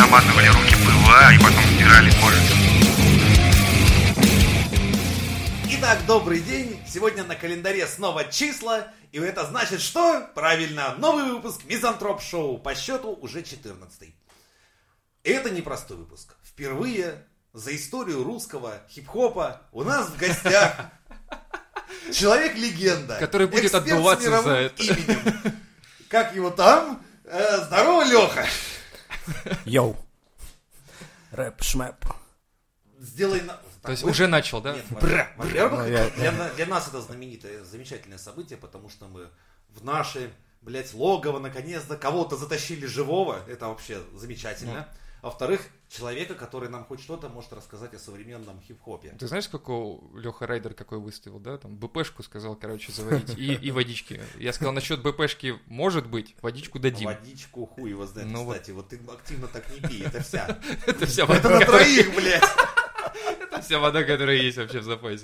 намазывали руки ПВА и потом стирали кожу. Итак, добрый день. Сегодня на календаре снова числа. И это значит что? Правильно, новый выпуск Мизантроп Шоу. По счету уже 14-й. Это непростой выпуск. Впервые за историю русского хип-хопа у нас в гостях человек-легенда. Который будет отдуваться за это. Именем. Как его там? Здорово, Леха. Йоу. Рэп, шмэп. Сделай... То есть уже начал, да? Нет, во-первых, для нас это знаменитое, замечательное событие, потому что мы в наше, логово наконец-то кого-то затащили живого. Это вообще замечательно. А во-вторых, человека, который нам хоть что-то может рассказать о современном хип-хопе. Ты знаешь, сколько Леха Райдер какой выставил, да? Там БПшку сказал, заварить и водички. Я сказал, насчет БПшки может быть, водичку дадим. Водичку хуй его знает, ну кстати. Вот ты активно так не пей, это вся. Это вся вода. Это на троих, блядь. Это вся вода, которая есть вообще в запасе.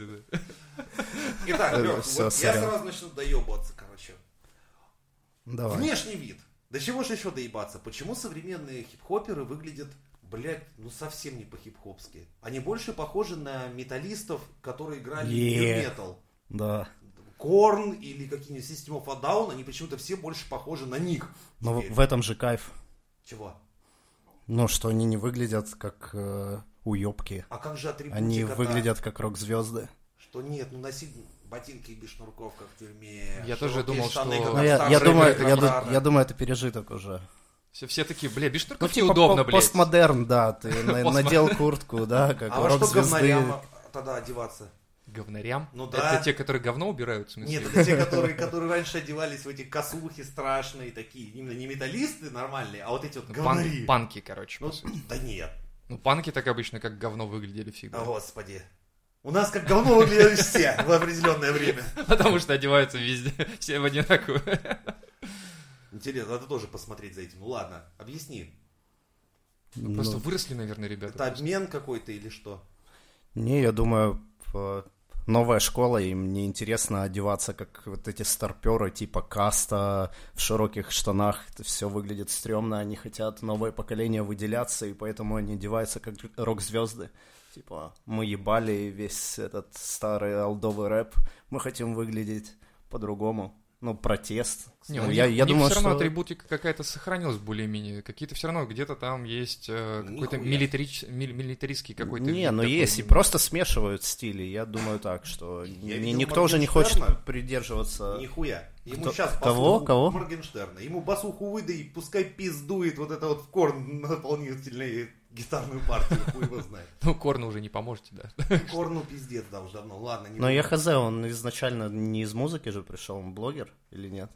Итак, Лёх, вот я сразу начну доебываться, короче. Давай. Внешний вид. До чего же еще доебаться? Почему современные хип-хоперы выглядят, совсем не по-хип-хопски? Они больше похожи на металлистов, которые играли в метал. Да. Корн или какие-нибудь System of a Down, они почему-то все больше похожи на них. Но в этом же кайф. Чего? Ну, что они не выглядят как уёбки. А как же атрибутика? Они выглядят как рок-звезды. Что нет, носить ботинки без шнурков, как в тюрьме. Я тоже думал, что... Я думаю, это пережиток уже. Все такие, без шнурков неудобно, блядь. Постмодерн, да, ты надел куртку, да, как рок-звезды. А во что говнарям тогда одеваться? Говнарям? Ну да. Это те, которые говно убирают, в смысле? Нет, это те, которые раньше одевались в эти косухи страшные такие. Именно не металлисты нормальные, а вот эти вот говнари. Панки, короче. Ну, да нет. Ну, панки так обычно как говно выглядели всегда. О, господи. У нас как говно выглядели все в определенное время. Потому что одеваются везде, все в одинаково. Интересно, надо тоже посмотреть за этим. Ну ладно, объясни. Просто выросли, наверное, ребята. Это обмен какой-то или что? Не, я думаю, новая школа, им не интересно одеваться, как вот эти старперы типа Каста в широких штанах. Это все выглядит стрёмно, они хотят новое поколение выделяться, и поэтому они одеваются как рок-звезды. Типа, мы ебали весь этот старый олдовый рэп, мы хотим выглядеть по-другому. Ну, протест. Не, ну, у я них думаю, все равно что... атрибутика какая-то сохранилась более-менее. Какие-то все равно где-то там есть какой-то милитаристский какой-то... Не, ну есть, и просто смешивают стили. Я думаю так, что никто уже не хочет придерживаться... Нихуя. Ему сейчас Кого? Моргенштерна. Ему басуху выдай, пускай пиздует вот это вот в Корн наполнительный гитарную партию, хуй его знает. Ну, Корну уже не поможете, да. Корну пиздец, да, уже давно. Ладно, не Но я хз, он изначально не из музыки же пришел, он блогер или нет?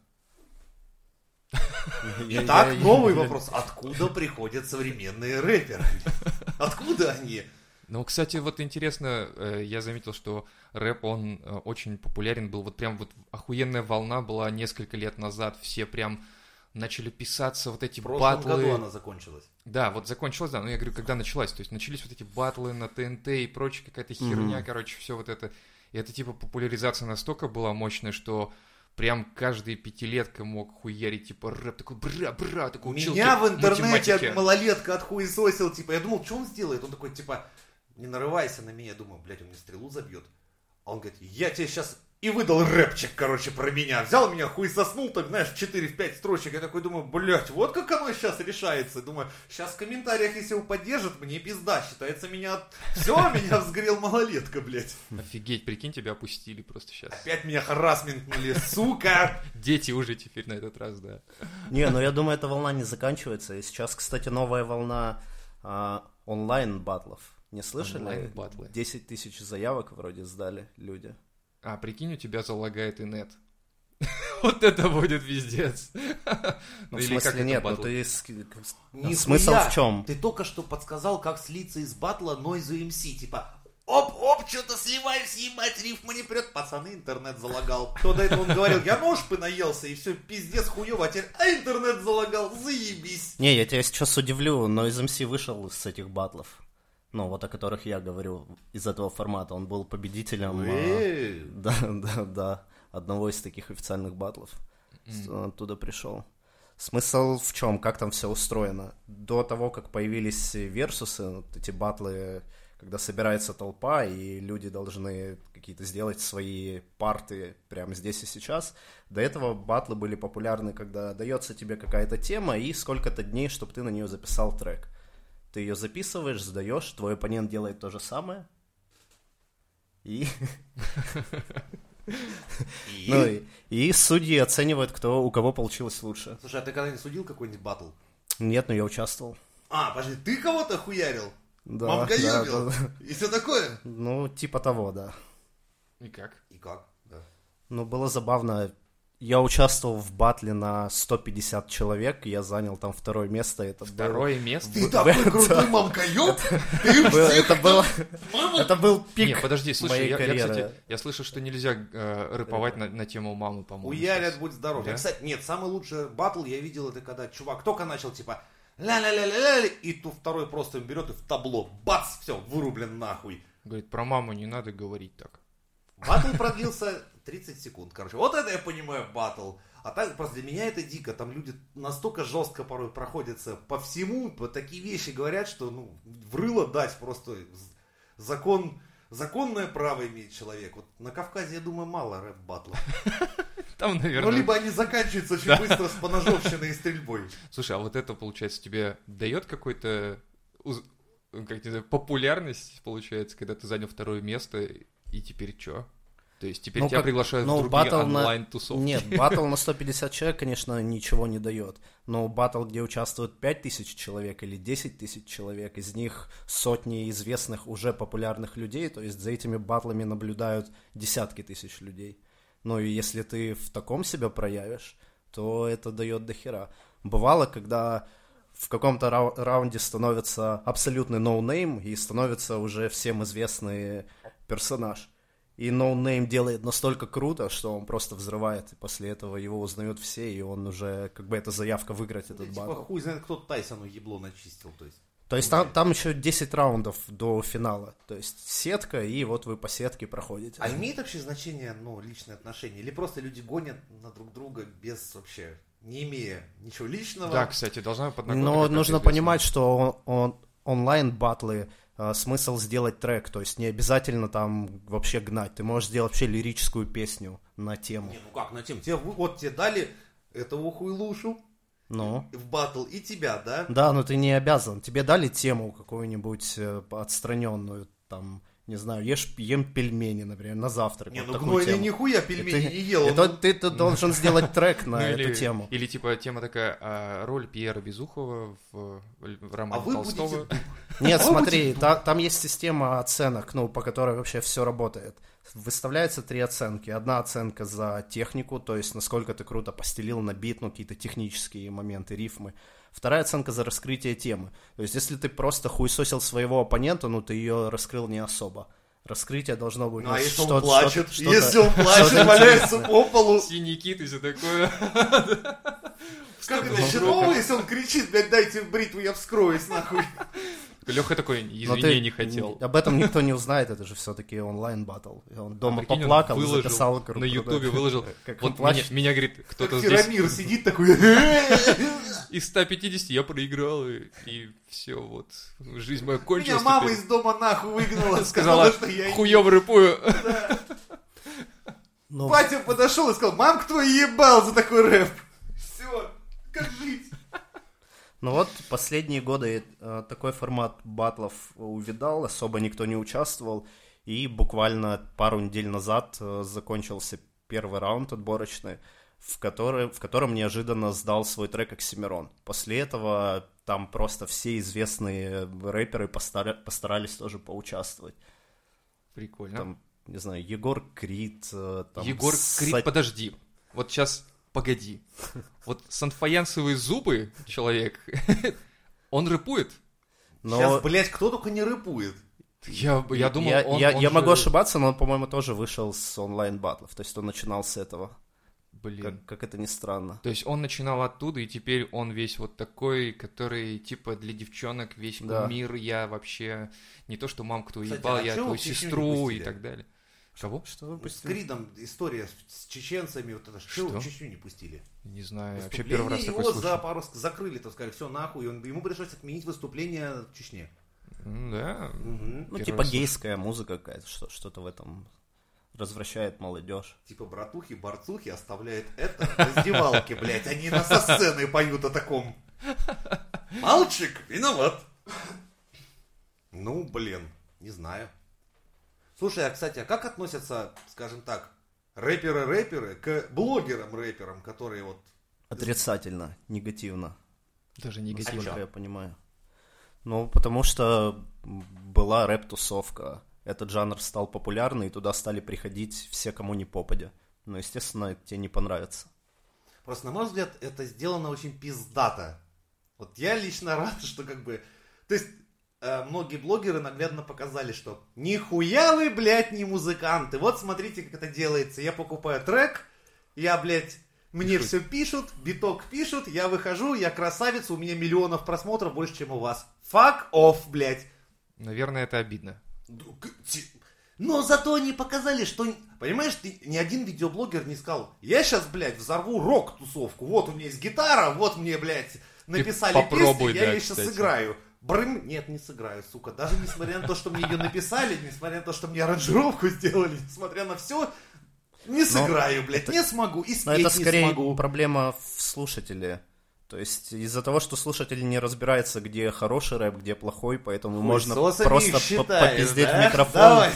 Итак, новый вопрос. Откуда приходят современные рэперы? Откуда они? Ну, кстати, вот интересно, я заметил, что рэп, он очень популярен был. Вот прям вот охуенная волна была несколько лет назад. Все прям начали писаться вот эти батлы. В прошлом году она закончилась. Да, вот закончилась, да. Но я говорю, когда началась. То есть начались вот эти батлы на ТНТ и прочая какая-то херня, короче, все вот это. И это типа популяризация настолько была мощная, что... Прям каждый пятилетка мог хуярить, типа, рэп, такой, бра, такой учил. Меня в интернете малолетка отхуесосил, типа, я думал, что он сделает? Он такой, типа, не нарывайся на меня. Я думаю, блядь, он мне стрелу забьет. А он говорит, я тебе сейчас... И выдал рэпчик, короче, про меня. Взял меня, хуесоснул, так, знаешь, 4-5 строчек. Я такой думаю, блядь, вот как оно сейчас решается. Думаю, сейчас в комментариях, если его поддержат, мне пизда. Считается, меня... Все, меня взгрел малолетка, блядь. Офигеть, прикинь, тебя опустили просто сейчас. Опять меня харассментнули, сука. Дети уже теперь на этот раз, да. Не, ну я думаю, эта волна не заканчивается. И сейчас, кстати, новая волна онлайн-батлов. Не слышали? Онлайн-батлы. 10 тысяч заявок вроде сдали люди. А, прикинь, у тебя залагает инет. Вот это будет пиздец. Ну, в смысле нет, ну ты... Нихуя. Смысл в чем? Ты только что подсказал, как слиться из батла Noise MC. Типа, оп, что-то сливаюсь, ебать, рифма не прет. Пацаны, интернет залагал. Кто до этого он говорил, я ножпы наелся, и все, пиздец, хуёво, а теперь, интернет залагал, заебись. Не, я тебя сейчас удивлю, Noise MC вышел с этих батлов. Ну, вот о которых я говорю, из этого формата. Он был победителем да, одного из таких официальных батлов. Оттуда пришел. Смысл в чем? Как там все устроено? До того, как появились версусы, вот эти батлы, когда собирается толпа, и люди должны какие-то сделать свои парты прямо здесь и сейчас, до этого батлы были популярны, когда дается тебе какая-то тема и сколько-то дней, чтобы ты на нее записал трек. Ты ее записываешь, сдаешь, твой оппонент делает то же самое, и... И судьи оценивают, у кого получилось лучше. Слушай, а ты когда-нибудь судил какой-нибудь батл? Нет, но я участвовал. Подожди, ты кого-то хуярил? Да, Мамка-юбил? да. И все такое? Ну, типа того, да. И как? И как? Да. Ну, было забавно. Я участвовал в батле на 150 человек, я занял там второе место. Второе место? Ты такой крутой мамка-юб? Это был пик. Не, подожди, слушай, моей я, карьеры. кстати, я слышал, что нельзя рэповать на тему мамы, по-моему. Уярят, будь здоров. Да? Кстати, нет, самый лучший батл я видел, это когда чувак только начал, типа, ля-ля-ля-ля-ля, и тут второй просто берет и в табло, бац, все, вырублен нахуй. Говорит, про маму не надо говорить так. Батл продлился 30 секунд, короче. Вот это я понимаю батл. А так просто для меня это дико. Там люди настолько жестко порой проходятся по всему, по такие вещи говорят, что в рыло дать просто законное право имеет человек. Вот на Кавказе, я думаю, мало рэп-батлов. Там, наверное... Либо они заканчиваются очень быстро с поножовщиной и стрельбой. Слушай, а вот это, получается, тебе дает какой-то, популярность, получается, когда ты занял второе место, и теперь что? То есть теперь тебя приглашают в другие онлайн-тусовки? Нет, батл на 150 человек, конечно, ничего не дает. Но батл, где участвуют 5000 человек или 10 тысяч человек, из них сотни известных, уже популярных людей, то есть за этими батлами наблюдают десятки тысяч людей. Ну и если ты в таком себя проявишь, то это дает дохера. Бывало, когда в каком-то раунде становится абсолютный ноунейм и становится уже всем известный персонаж. И ноунейм делает настолько круто, что он просто взрывает, и после этого его узнают все, и он уже, как бы, это заявка выиграть этот батл. Типа хуй знает, кто Тайсону ебло начистил, то есть. То есть там еще 10 раундов до финала. То есть сетка, и вот вы по сетке проходите. А имеет вообще значение, личные отношения? Или просто люди гонят на друг друга без вообще, не имея ничего личного? Да, кстати, должна быть Но нужно понимать, что онлайн-батлы, смысл сделать трек, то есть не обязательно там вообще гнать. Ты можешь сделать вообще лирическую песню на тему. Не, как на тему? Тебе дали этого хуйлушу в батл и тебя, да? Да, но ты не обязан. Тебе дали тему какую-нибудь отстраненную, там, не знаю, ем пельмени, например, на завтрак. Не, гнойный нихуя пельмени не ел. Ты должен сделать трек на эту тему. Или типа тема такая, роль Пьера Безухова в романе Толстого. Нет, смотри, там есть система оценок, по которой вообще все работает. Выставляется 3 оценки. Одна оценка за технику, то есть насколько ты круто постелил на бит, какие-то технические моменты, рифмы. Вторая оценка за раскрытие темы. То есть если ты просто хуесосил своего оппонента, ты ее раскрыл не особо. Раскрытие должно быть... если он плачет, валяется по полу... Синяки, ты все такое... Как это херово, если он кричит, блядь, дайте бритву, я вскроюсь, нахуй. Леха такой, извини, не хотел. Об этом никто не узнает, это же все-таки онлайн-баттл. Он дома поплакал, записал... На ютубе выложил. Вот меня, говорит, кто-то здесь... Феромир сидит такой... Из 150 я проиграл, и все, вот. Жизнь моя кончилась. Меня мама из дома нахуй выгнала, сказала, что я... Хуёво рэпую. Батя подошел и сказал, мам, кто ебал за такой рэп? Все, как жить? Последние годы такой формат батлов увидал, особо никто не участвовал, и буквально пару недель назад закончился первый раунд отборочный, в котором неожиданно сдал свой трек Оксимирон. После этого там просто все известные рэперы постарались тоже поучаствовать. Прикольно. Там, не знаю, Егор Крид. Егор Крид, подожди. Вот сейчас... Погоди. Вот санфаянсовые зубы человек, он рэпует? Сейчас, блядь, кто только не рэпует. Я думал, я могу ошибаться, но он, по-моему, тоже вышел с онлайн-батлов. То есть он начинал с этого. Блин. Как это ни странно. То есть он начинал оттуда, и теперь он весь вот такой, который, типа, для девчонок весь кумир, я вообще... Не то, что мамку твою ебал, я твою сестру и так далее. Кого? Что С выпустили? Кридом история с чеченцами, вот это Что? Чечню не пустили. Не знаю, вообще Выступление первый раз такой его слышу. закрыли, так сказать, все нахуй, ему пришлось отменить выступление в Чечне. Да. Ну, Первый типа раз гейская музыка какая-то, что-то в этом развращает молодежь. Типа братухи-борцухи оставляют это в раздевалке, блядь, они на со сцены поют о таком. Мальчик виноват. Ну, блин, не знаю. Слушай, а, кстати, а как относятся, скажем так, рэперы к блогерам-рэперам, которые вот... Отрицательно, негативно, Даже А негативно. насколько я понимаю. Ну, потому что была рэп-тусовка. Этот жанр стал популярный, и туда стали приходить все, кому не попадя. Но, естественно, тебе не понравится. Просто, на мой взгляд, это сделано очень пиздато. Вот я лично рад, что как бы... То есть, многие блогеры наглядно показали, что нихуя вы, блядь, не музыканты. Вот смотрите, как это делается. Я покупаю трек, я, блядь, мне все пишут, биток пишут, я выхожу, я красавец, у меня миллионов просмотров больше, чем у вас. Fuck off, блядь. Наверное, это обидно. Но зато они показали, что... Понимаешь, ни один видеоблогер не сказал, я сейчас, блядь, взорву рок-тусовку. Вот у меня есть гитара, вот мне, блядь, написали попробуй, песню, я да, ее сейчас кстати. сыграю. Брым, нет, не сыграю, сука. Даже несмотря на то, что мне ее написали, несмотря на то, что мне аранжировку сделали, несмотря на все, не сыграю, блядь, не смогу, и Но спеть это не скорее смогу. проблема в слушателе. То есть из-за того, что слушатель не разбирается, где хороший рэп, где плохой, поэтому можно Хуесосами просто их считаешь, попиздеть да? в микрофон. Давай.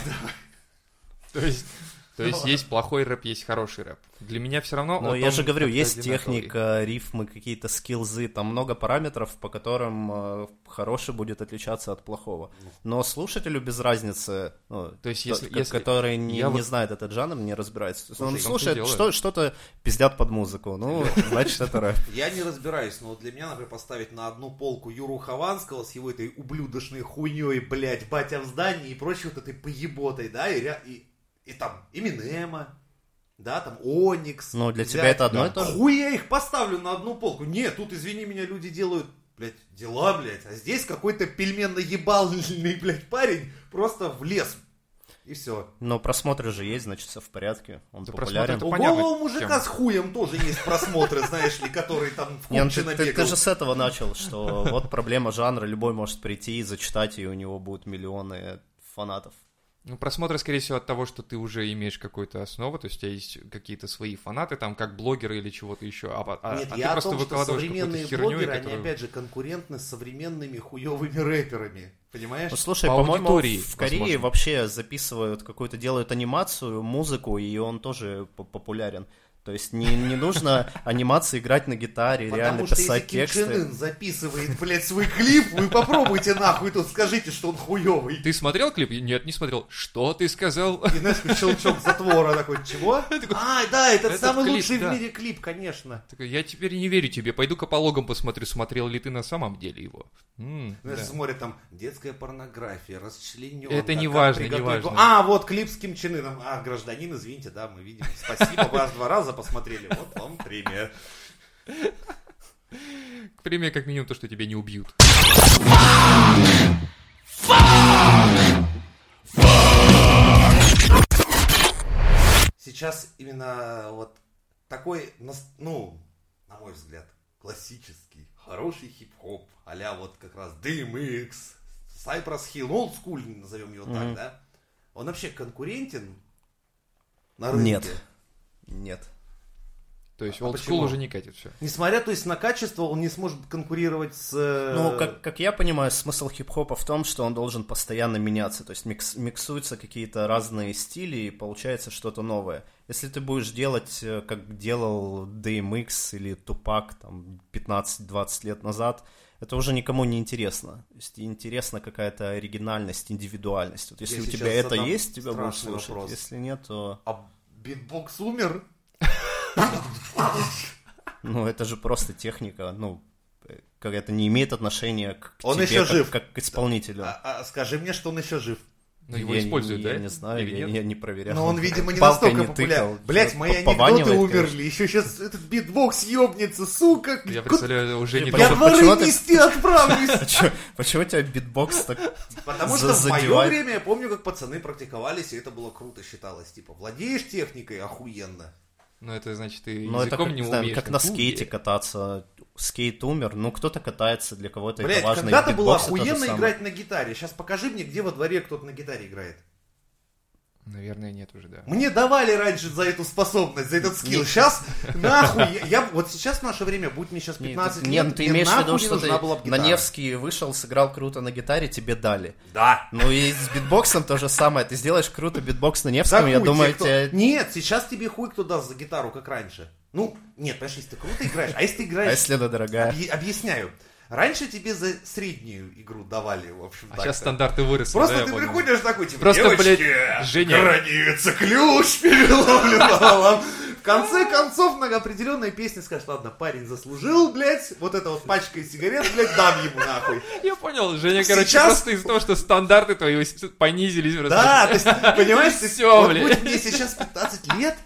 То есть есть плохой рэп, есть хороший рэп. Для меня все равно... Но вот я он же говорю, как-то есть одинаковый. техника, рифмы, какие-то скиллзы, там много параметров, по которым хороший будет отличаться от плохого. Но слушателю без разницы, ну, То есть если который не я вот- знает этот жанр, не разбирается. То есть он Слушай, слушает, в том-то и дело. что-то пиздят под музыку, ну, значит, это рэп. Я не разбираюсь, но вот для меня, например, поставить на одну полку Юру Хованского с его этой ублюдочной хуйней, блядь, батя в здании и прочей вот этой поеботой, да, и там Эминема, да, там Оникс. Ну, для взять, тебя это одно да. и то же? Хуй я их поставлю на одну полку. Нет, тут, извини меня, люди делают, блядь, дела, блядь, а здесь какой-то пельменно-ебальный, блядь, парень просто влез. И все. Но просмотры же есть, значит, все в порядке, он Да, популярен. просмотры-то У понятно, голого мужика тема. с хуем тоже есть просмотры, знаешь ли, который там в Не, ну Купчино ты бегал. же с этого начал, что вот проблема жанра, любой может прийти и зачитать, и у него будут миллионы фанатов. Ну, просмотры, скорее всего, от того, что ты уже имеешь какую-то основу, то есть у тебя есть какие-то свои фанаты, там, как блогеры или чего-то еще, Нет, ты я о просто том, что выкладываешь современные какую-то херню, блогеры, которую... они опять же конкурентны с современными хуевыми рэперами. Понимаешь? Ну, слушай, По по-моему, аудитории, в Корее возможно. вообще записывают какую-то, делают анимацию, музыку, и он тоже популярен. То есть не нужно анимации играть на гитаре, реально Потому что писать если Ким Чен тексты. Ын записывает, блядь, свой клип, вы попробуйте нахуй тут, скажите, что он хуевый. Ты смотрел клип? Нет, не смотрел. Что ты сказал? И знаешь, как щелчок затвора такой, чего? А, да, этот Этот самый клип, лучший да. в мире клип, конечно. Такой, я теперь не верю тебе, пойду-ка по логам посмотрю, смотрел ли ты на самом деле его. Знаешь, Да. смотрят там детская порнография, расчлененка. Это не как важно, не приготовить- важно. А, вот клип с Ким Чен Ыном. А, гражданин, извините, да, мы видим. Спасибо, вы аж 2 раза посмотрели. Вот вам премия. Премия как минимум то, что тебя не убьют. Сейчас именно вот такой, ну, на мой взгляд, классический, хороший хип-хоп, а-ля вот как раз DMX, Cypress Hill, ну, олдскульный, назовем его так, да? Он вообще конкурентен на рынке? Нет. Нет. То есть А олдскул почему? уже не катит все. Несмотря, то есть, на качество, он не сможет конкурировать с... Ну, как я понимаю, смысл хип-хопа в том, что он должен постоянно меняться. То есть миксуются какие-то разные стили, и получается что-то новое. Если ты будешь делать, как делал DMX или Тупак там 15-20 лет назад, это уже никому не интересно. То есть интересна какая-то оригинальность, индивидуальность. Вот если Я у тебя сейчас это задам есть, тебя будут страшный слушать. вопрос. Если нет, то... А битбокс умер? Ну, это же просто техника. Ну, как это не имеет отношения к Он тебе, еще жив. как к исполнителю. Скажи мне, что он еще жив. Но его используют, да? Я не знаю, Или нет? я не проверял. Но он, видимо, не Палкой настолько не популярен. тыкал. Блять, мои анекдоты Пованивает, умерли. конечно. Еще сейчас этот битбокс ёбнется, сука. Я представляю, уже не Я только... дворы почему ты- нести отправлюсь. Почему у тебя битбокс так Потому что в мое задевает? время я помню, как пацаны практиковались, и это было круто считалось. Типа, владеешь техникой, охуенно. Ну, это значит, ты Ну, это языком как, не не знаю, умеешь. как на скейте кататься. Скейт умер, ну кто-то катается, для кого-то Блять, это важно. и когда-то в было битбоксе то же охуенно самое. играть на гитаре. Сейчас покажи мне, где во дворе кто-то на гитаре играет. Наверное, нет уже, да. Мне давали раньше за эту способность, за этот скилл. Сейчас, нахуй, вот сейчас в наше время, будь мне сейчас 15 лет, Нет, ты мне имеешь в нахуй виду, не что нужна была ты бы на гитара. Невский вышел, сыграл круто на гитаре, тебе дали. Да. Ну и с битбоксом то же самое. Ты сделаешь круто битбокс на Невском, Да я хуй думаю, тебе кто- тебе... Нет, сейчас тебе хуй кто даст за гитару, как раньше. Ну, нет, понимаешь, если ты круто играешь, а если ты А играешь... если она дорогая? Объясняю. Раньше тебе за среднюю игру давали, в общем, А так-то. сейчас стандарты выросли, Просто да, я ты понял. приходишь такой, типа, Просто, девочки, блядь, Женя. граница, ключ переломлен пополам. В конце концов, на определенной песне скажешь, ладно, парень заслужил, блядь, вот эта вот пачка из сигарет, блядь, дам ему нахуй. Я понял, Женя, короче, Сейчас- просто из-за того, что стандарты твои понизились. просто. Да, то есть, понимаешь, то есть, Всё, вот блядь. будь мне сейчас 15 лет,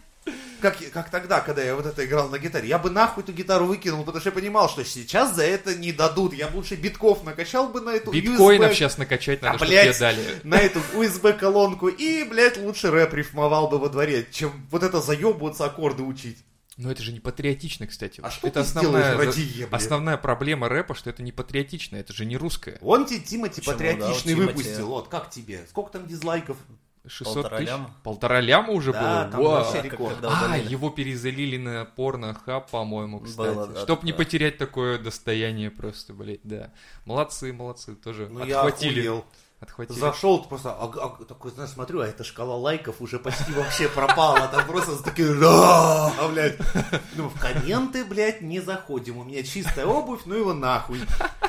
как тогда, когда я вот это играл на гитаре, я бы нахуй эту гитару выкинул, потому что я понимал, что сейчас за это не дадут. Я бы лучше битков накачал бы на эту Биткоинов USB, сейчас накачать надо, а, чтобы блядь, тебе дали. на эту USB-колонку и, блядь, лучше рэп рифмовал бы во дворе, чем вот это заебываться аккорды учить. Но это же не патриотично, кстати. А что это ты сделаешь, за- Радие, блядь? основная проблема рэпа, что это не патриотично, это же не русское. Вон тебе Тимати Почему, патриотичный да, вот выпустил. Тимати. Вот, как тебе? Сколько там дизлайков? 600 1,5 тысяч? ляма? 1,5 ляма уже Да, было? там Вау. вообще Как рекорд. когда А, удалили. его перезалили на порно-хаб, по-моему, кстати. Было, да, Чтоб не да. потерять такое достояние просто, блядь, да. Молодцы, тоже Ну я отхватили. охуел. Отхватили. Зашел просто, такой, знаешь, смотрю, а эта шкала лайков уже почти вообще пропала. Там просто такие, блядь. Ну, в комменты, блядь, не заходим. У меня чистая обувь, ну его нахуй.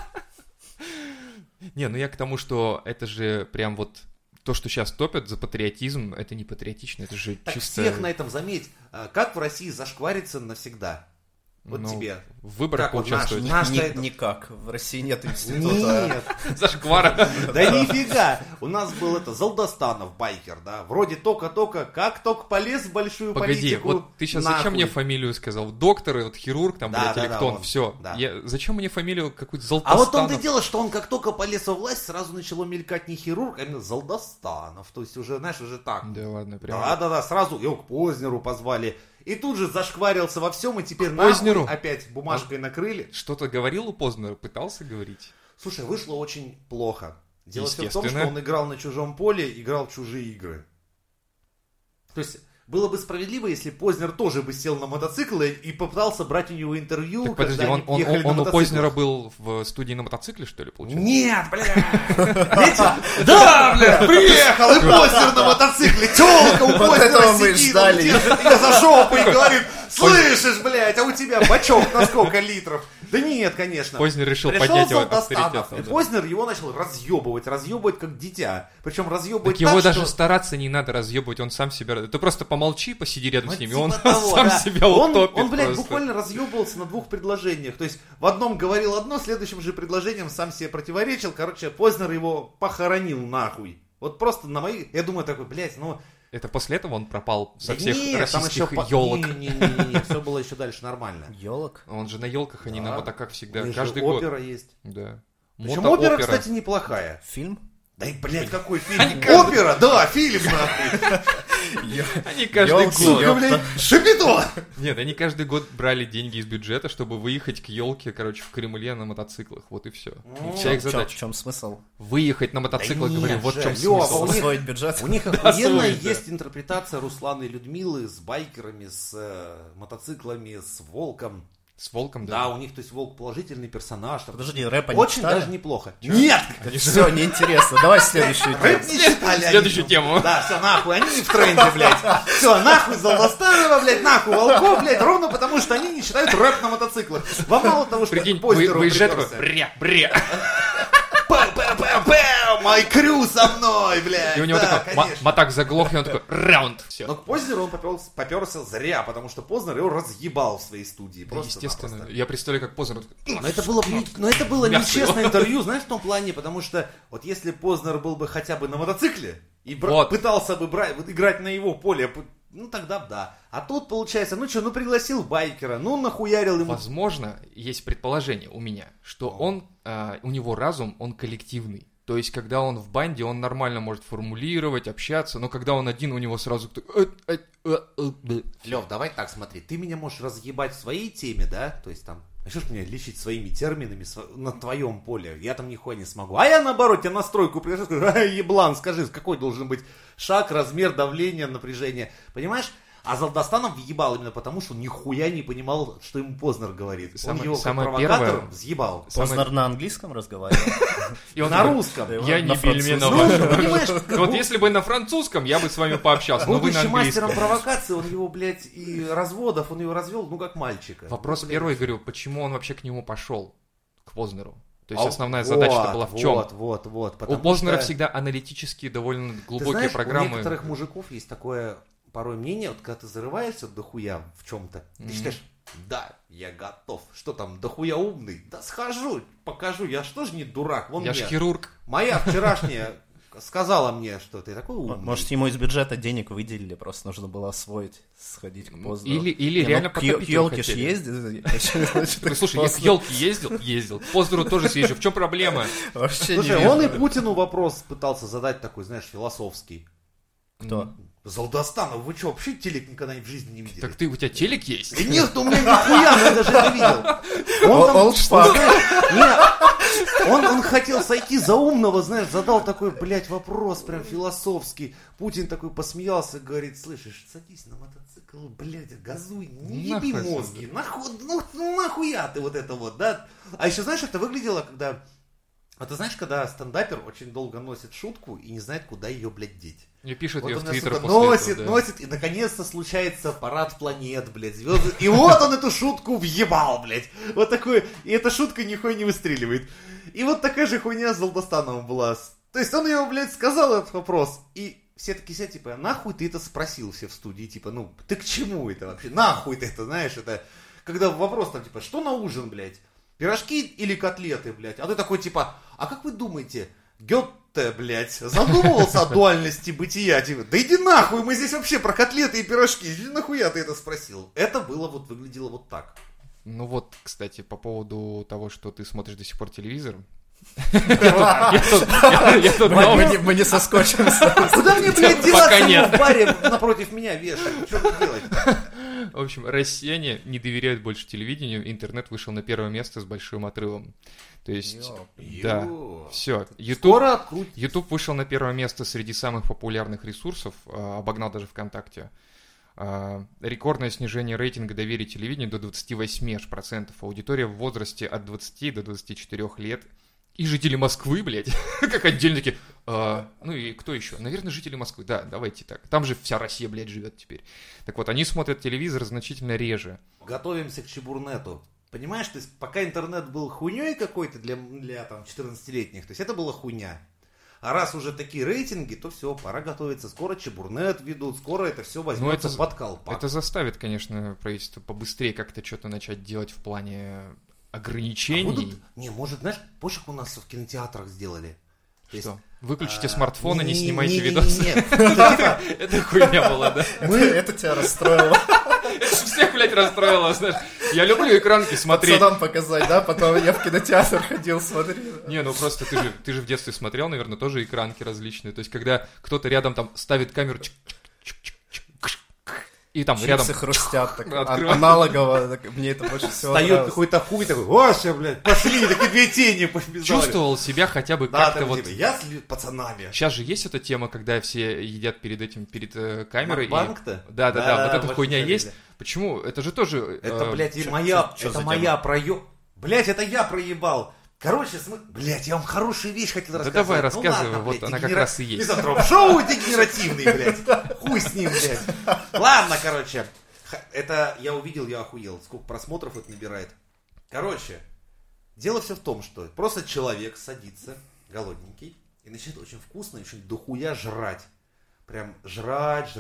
Не, ну я к тому, что это же прям вот то, что сейчас топят за патриотизм, это не патриотично, это же Так чисто... всех на этом заметь. Как в России зашквариться навсегда? Вот ну, тебе. в выборах Как вот поучаствовать. наш-то это- Никак. В России нет института. Нет. Зашквара. Да нифига! У нас был это Залдостанов, байкер, да? Вроде только-только, как только полез в большую Погоди, политику. вот ты сейчас зачем нахуй. мне фамилию сказал? Доктор, и вот хирург там, Да, блядь, да, или да, кто он, он. все. Да. Зачем мне фамилию какую-то А Золотостанов? вот он-то дело, что он как только полез во власть, сразу начало мелькать не хирург, а именно Залдостанов. То есть уже, знаешь, уже так. Да ладно, прям. Да, сразу его к Познеру позвали. И тут же зашкварился во всем, и теперь К нахуй Познеру? опять бумажкой накрыли. Что-то говорил у Познера, пытался говорить? Слушай, вышло очень плохо. Дело все в том, Естественно. что он играл на чужом поле, играл в чужие игры. То есть было бы справедливо, если Познер тоже бы сел на мотоцикл и попытался брать у него интервью, Так подожди, когда он они ехали на у мотоциклах. Познера был в студии на мотоцикле, что ли, получается? Нет, блядь! Да, блядь, приехал, и Познер на мотоцикле, тёлка у Вот этого Познера мы сидит, ждали. он держит её за жопу и говорит, слышишь, блядь, а у тебя бачок на сколько литров? Да нет, конечно. Познер решил Пришел поднять его Залдостанов, авторитетом, и да. Познер его начал разъебывать как дитя. Причем разъебывать Так его так, даже что... стараться не надо разъебывать, он сам себя... Ты просто помолчи, посиди рядом Ну, с ними, типа он того, сам да. себя он, утопит он, блядь, просто. буквально разъебывался на двух предложениях. То есть в одном говорил одно, следующим же предложением сам себе противоречил. Короче, Познер его похоронил нахуй. Вот просто на мои... Я думаю такой, блядь, ну... Это после этого он пропал со да всех нет, там российских еще елок. Не, все было еще дальше нормально. Елок? Он же на елках, а не на Да. мотоках всегда, У них каждый же год. опера есть. Да. Причем Мотоопера. опера, кстати, неплохая. Фильм? Да и, блядь, какой фильм? Опера? Да, фильм, нахуй. Они каждый Ёлки, год. Сука, блядь, Шапито! Нет, они каждый год брали деньги из бюджета, чтобы выехать к елке, короче, в Кремле на мотоциклах. Вот и все. Ну, Вся их В задача. чем смысл? Выехать на мотоциклах, Да говорю, нет вот в же, чем Лёва, смысл. у них- Освоить бюджет? У них охуенно Освоить, да. есть интерпретация Руслана и Людмилы с байкерами, с мотоциклами, с волком. С волком, Да, да. у них, то есть, волк положительный персонаж. там. Подожди, рэпа не Очень читали? даже неплохо. Нет! Все, неинтересно. Давай следующую Рэп тему. не читали. Следующую они. тему. Да, все, нахуй, они не в тренде, блядь. Все, нахуй Залдостанова, блядь, нахуй волков, блядь, ровно потому, что они не читают рэп на мотоциклах. Вам мало того, что Прикинь, к Познеру выезжает такой, приперся. бря. Пэм-пэм-пэм-пэм! мой крю со мной, блядь. И у него да, такой конечно. мотак заглох, и он такой раунд. Все. Но к Познеру он поперся зря, потому что Познер его разъебал в своей студии. Естественно. Я представляю, как Познер... Но это было нечестное интервью, знаешь, в том плане, потому что вот если Познер был бы хотя бы на мотоцикле и пытался бы играть на его поле, ну тогда да. А тут получается, пригласил байкера, нахуярил ему. Возможно, есть предположение у меня, что у него разум, он коллективный. То есть, когда он в банде, он нормально может формулировать, общаться, но когда он один, у него сразу... Лев, давай так смотри, ты меня можешь разъебать в своей теме, да? То есть там, начнешь меня лечить своими терминами на твоем поле, я там нихуя не смогу. А я наоборот, тебе настройку пришлю, скажу, еблан, скажи, какой должен быть шаг, размер, давление, напряжение, понимаешь? А Золдостанов въебал именно потому, что он нихуя не понимал, что ему Познер говорит. Он его как провокатор взъебал. Познер на английском разговаривал? На русском. Я не Бельменов. Вот если бы на французском, я бы с вами пообщался, но вы на английском. Будучи мастером провокации, он его, блядь, и разводов, он его развел, как мальчика. Вопрос первый, говорю, почему он вообще к нему пошел, к Познеру? То есть основная задача-то была в чем? Вот. У Познера всегда аналитические, довольно глубокие программы. У некоторых мужиков есть такое... Порой мнение, вот когда ты зарываешься дохуя в чем-то, ты считаешь, да, я готов. Что там, дохуя умный? Да схожу, покажу, я что ж не дурак. Я ж хирург. Моя вчерашняя сказала мне, что ты такой умный. Может, ему из бюджета денег выделили, просто нужно было освоить, сходить к Познеру. Или реально к елке ж ездил. Слушай, я к елке ездил. К Познеру тоже съезжу. В чем проблема? Слушай, он и Путину вопрос пытался задать такой, знаешь, философский. Кто? Золдостанов, вы что, вообще телек никогда в жизни не видели? Так у тебя телек есть? Да нет, у меня нихуя, я даже это видел. Он хотел сойти за умного, знаешь, задал такой, блядь, вопрос прям философский. Путин такой посмеялся, говорит, слышишь, садись на мотоцикл, блядь, газуй, не еби мозги, нахуя ты вот это вот, да? А еще знаешь, это выглядело, когда... А ты знаешь, когда стендапер очень долго носит шутку и не знает, куда ее, блядь, деть. И пишет вот ее в Твиттер после носит, и наконец-то случается парад планет, блядь, звезды. И вот он эту шутку въебал, блядь. Вот такой, и эта шутка нихуя не выстреливает. И вот такая же хуйня с Золдостановым была. То есть он ему, блядь, сказал этот вопрос, и все такие сидят, типа, нахуй ты это спросил все в студии, типа, ты к чему это вообще? Нахуй ты это, знаешь, это... Когда вопрос там, типа, что на ужин, блядь? Пирожки или котлеты, блядь? А ты такой, типа, а как вы думаете, Гёте, блядь, задумывался о дуальности бытия? Типа, да иди нахуй, мы здесь вообще про котлеты и пирожки. Нахуя ты это спросил? Это выглядело вот так. Ну вот, кстати, по поводу того, что ты смотришь до сих пор телевизор. Мы не соскочимся. Куда мне, блядь, деваться в баре напротив меня вешать? Что мне делать? В общем, россияне не доверяют больше телевидению, интернет вышел на первое место с большим отрывом. То есть, да, все. YouTube вышел на первое место среди самых популярных ресурсов, обогнал даже ВКонтакте. Рекордное снижение рейтинга доверия телевидению до 28%. Аудитория в возрасте от 20 до 24 лет. И жители Москвы, блядь, как отдельно такие, ну и кто еще? Наверное, жители Москвы, да, давайте так. Там же вся Россия, блядь, живет теперь. Так вот, они смотрят телевизор значительно реже. Готовимся к чебурнету. Понимаешь, то есть пока интернет был хуйней какой-то для там 14-летних, то есть это была хуйня. А раз уже такие рейтинги, то все, пора готовиться. Скоро чебурнет ведут, скоро это все возьмется под колпак. Это заставит, конечно, правительство побыстрее как-то что-то начать делать в плане... ограничений. Может, знаешь, позже у нас в кинотеатрах сделали. Что? Выключите смартфоны, не снимайте видосы. Нет. Это хуйня была, да? Это тебя расстроило. Это всех, блядь, расстроило, знаешь. Я люблю экранки смотреть. Пацанам показать, да? Потом я в кинотеатр ходил, смотрел. Не, ну просто ты же в детстве смотрел, наверное, тоже экранки различные. То есть, когда кто-то рядом там ставит камеру, и там чипсы рядом хрустят, так, аналогово, так, мне это больше всего встает нравилось. Какой-то хуй такой, Оша, блядь, пошли, такие две тени побежали. Чувствовал себя хотя бы да, как-то вот... Типа, я с пацанами. Сейчас же есть эта тема, когда все едят перед камерой. Банк-то? Да, вот эта хуйня есть. Почему? Это же тоже... Это, блядь, моя проеб... Блядь, это я проебал. Короче, блядь, я вам хорошую вещь хотел рассказать. Да давай, рассказывай, ладно, блядь, вот она как раз и есть. Мизантроп-шоу дегенеративный, блядь. Хуй с ним, блядь. Ладно, короче. Это я увидел, я охуел. Сколько просмотров это набирает. Короче, дело все в том, что просто человек садится, голодненький, и начинает очень вкусно и очень дохуя жрать. Прям жрать,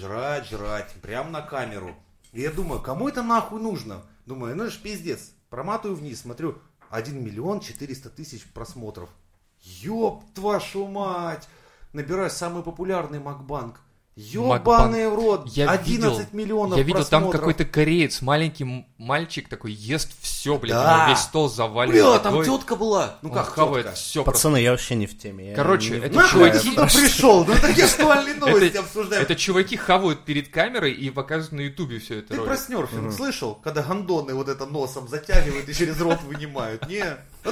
прям на камеру. И я думаю, кому это нахуй нужно? Думаю, ну это ж пиздец. Проматываю вниз, смотрю, 1 400 000 просмотров. Ёб вашу мать! Набираю самый популярный Макбанк. Ёбаный в рот, 11 миллионов Я видел, просмотров. там какой-то кореец, маленький мальчик такой, ест все, блядь, Да. у него весь стол завален. Бля, там тетка была. Ну Он как хавает тетка? все. Пацаны, я вообще не в теме. Короче, это Нахуй ты чуваки- сюда пришел? Ну такие актуальные новости обсуждаем. Это чуваки хавают перед камерой и показывают на ютубе все это Ты ролик. про снерфинг слышал? Когда гондоны вот это носом затягивают и через рот вынимают? Не.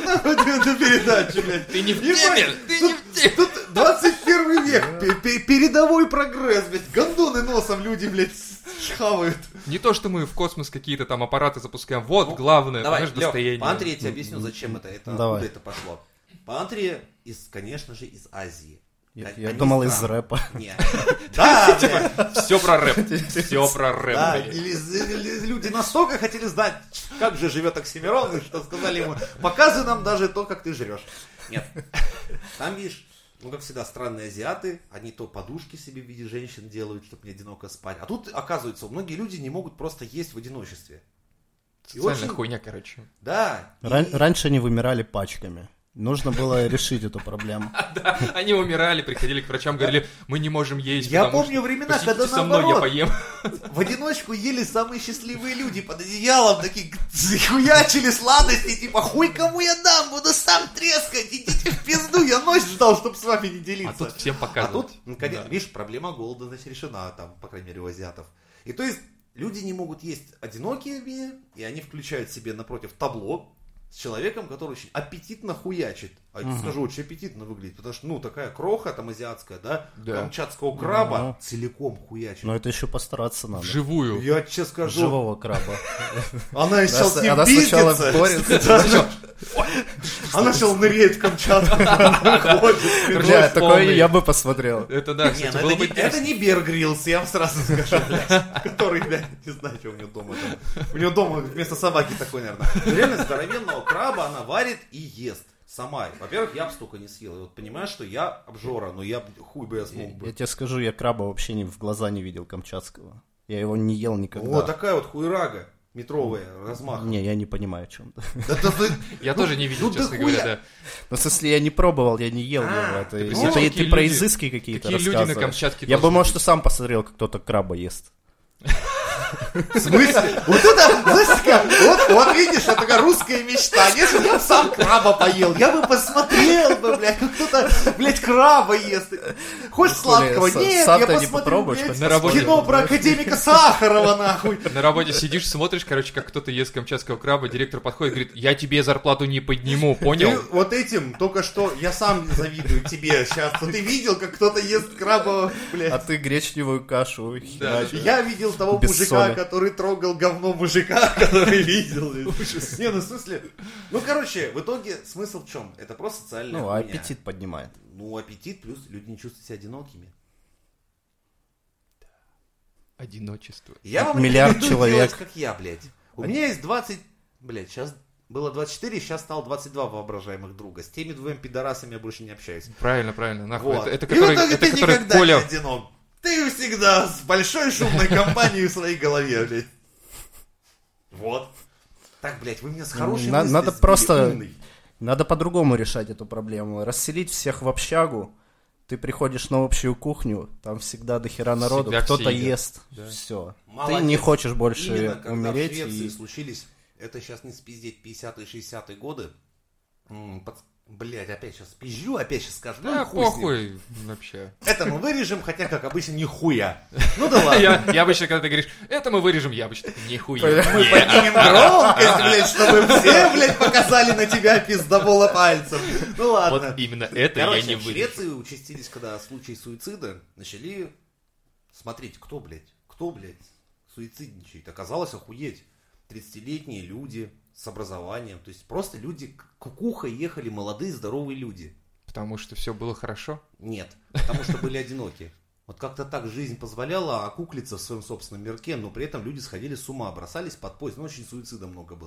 Это передача, блядь. Ты не в Ебать, теме, ты не в теме. Тут 21 век, передовой прогресс, блядь. Гондоны носом люди, блядь, хавают. Не то, что мы в космос какие-то там аппараты запускаем. Вот главное, Давай, понимаешь, Лёв, достояние. по Антре я тебе объясню, зачем это, Давай. откуда это пошло. По Антре, конечно же, из Азии. Я Они думал из странные. рэпа. Нет. Да, блядь. Все про рэп. Все про рэп. Да, блядь. люди настолько хотели знать, как же живет Оксимирон, что сказали ему, показывай нам даже то, как ты жрешь. Нет. Там, видишь, ну, как всегда, странные азиаты, они то подушки себе в виде женщин делают, чтобы не одиноко спать. А тут, оказывается, многие люди не могут просто есть в одиночестве. И Социальная очень- хуйня, короче. Да. и- Раньше они вымирали пачками. Нужно было решить эту проблему. Да, они умирали, приходили к врачам, говорили, мы не можем есть, Я потому помню что времена, посидите когда со мной, я наоборот. поем. В одиночку ели самые счастливые люди под одеялом, такие хуячили сладости, типа хуй кому я дам, буду сам трескать, идите в пизду, я ночь ждал, чтобы с вами не делиться. А тут всем А показывают. тут, ну, конечно, Да. видишь, проблема голода, значит, решена там, по крайней мере, у азиатов. И то есть люди не могут есть одинокими, и они включают себе напротив табло с человеком, который очень аппетитно хуячит. А я скажу, очень аппетитно выглядит, потому что, ну, такая кроха там азиатская, да, Да. камчатского краба целиком хуячит. Но это еще постараться надо. Вживую. Я тебе скажу, Живого краба. она еще с ним Она сначала пиздится. борется. Она начала нырять в Камчатку. Ходит, Бля, ходит. такое я бы посмотрел. Это да, Не, кстати, ну было это, бы не, это не Бер Гриллс, я вам сразу скажу, блядь. Который, блядь, не знаю, что у него дома там. У него дома вместо собаки такой, наверное. Реально здоровенного краба она варит и ест. Сама. Во-первых, я бы столько не съел. И вот понимаешь, что я обжора, но я хуй бы я смог Я бы. тебе скажу, я краба вообще в глаза не видел камчатского. Я его не ел никогда. Вот такая вот хуйрага метровая, размаха. Не, я не понимаю, о чем ты. Я тоже не видел, ну честно да говоря, хуя. да. Ну, в смысле, я не пробовал, я не ел его. Это представляешь, это какие ты про люди- изыски какие-то какие люди на рассказываешь. Камчатке Я бы, должны может, быть. и сам посмотрел, как кто-то краба ест. В смысле? Вот это, знаешь, вот видишь, это такая русская мечта. Если бы я сам краба поел, я бы посмотрел бы, блядь, как кто-то, блядь, краба ест. Хочешь сладкого? Нет, сам-то я не посмотрю, попробуешь, блядь, хоть на работе. кино про академика Сахарова, нахуй. На работе сидишь, смотришь, короче, как кто-то ест камчатского краба, директор подходит и говорит, я тебе зарплату не подниму, понял? Ты вот этим только что, я сам завидую тебе сейчас. Ты видел, как кто-то ест краба, А блядь. ты гречневую кашу херачишь. Я видел того Без мужика, соли. который трогал говно мужика, который видел. Не, ну в смысле... Ну, короче, в итоге смысл в чем? Это просто социальная Ну, хуйня. аппетит поднимает. Ну, аппетит плюс люди не чувствуют себя одинокими. Одиночество. Я вам Миллиард рекомендую человек. делать, как я, блядь. У меня есть 20... Блядь, сейчас было 24, сейчас стало 22 воображаемых друга. С теми двумя пидорасами я больше не общаюсь. Правильно, правильно. Нахуй. Вот. Это И в который, итоге это ты который никогда Коля... не одинок. Ты всегда с большой шумной компанией в своей голове, блядь. Вот. Так, блядь, вы меня с хорошей мыслью Надо сбили, просто... умный. Надо по-другому решать эту проблему. Расселить всех в общагу. Ты приходишь на общую кухню, там всегда дохера народу, Всегда кто-то все едят. ест. Да. Все. Ты Молодец. не хочешь больше Именно когда умереть. в Швеции и- случились, это сейчас не спиздеть 50-е, 60-е годы. Блядь, опять сейчас пизжу, опять сейчас скажу. Ну, Да, хуй с ним. похуй вообще. Это мы вырежем, хотя, как обычно, нихуя. Ну да ладно. Я обычно, когда ты говоришь, это мы вырежем, я обычно такой, нихуя. Мы поднимем громкость, блядь, чтобы все, блядь, показали на тебя пиздобола пальцем. Ну ладно. Вот именно это я Короче, не в вырежу. Швеции участились, когда случаи суицида, начали смотреть, кто, блядь, суицидничает. Оказалось, охуеть. 30-летние люди с образованием. То есть просто люди, кукуха ехали молодые, здоровые люди. Потому что все было хорошо. Нет, потому что были одиноки. Вот как-то так жизнь позволяла окуклиться в своем собственном мирке, но при этом люди сходили с ума, бросались под поезд. Ну, очень суицида много было.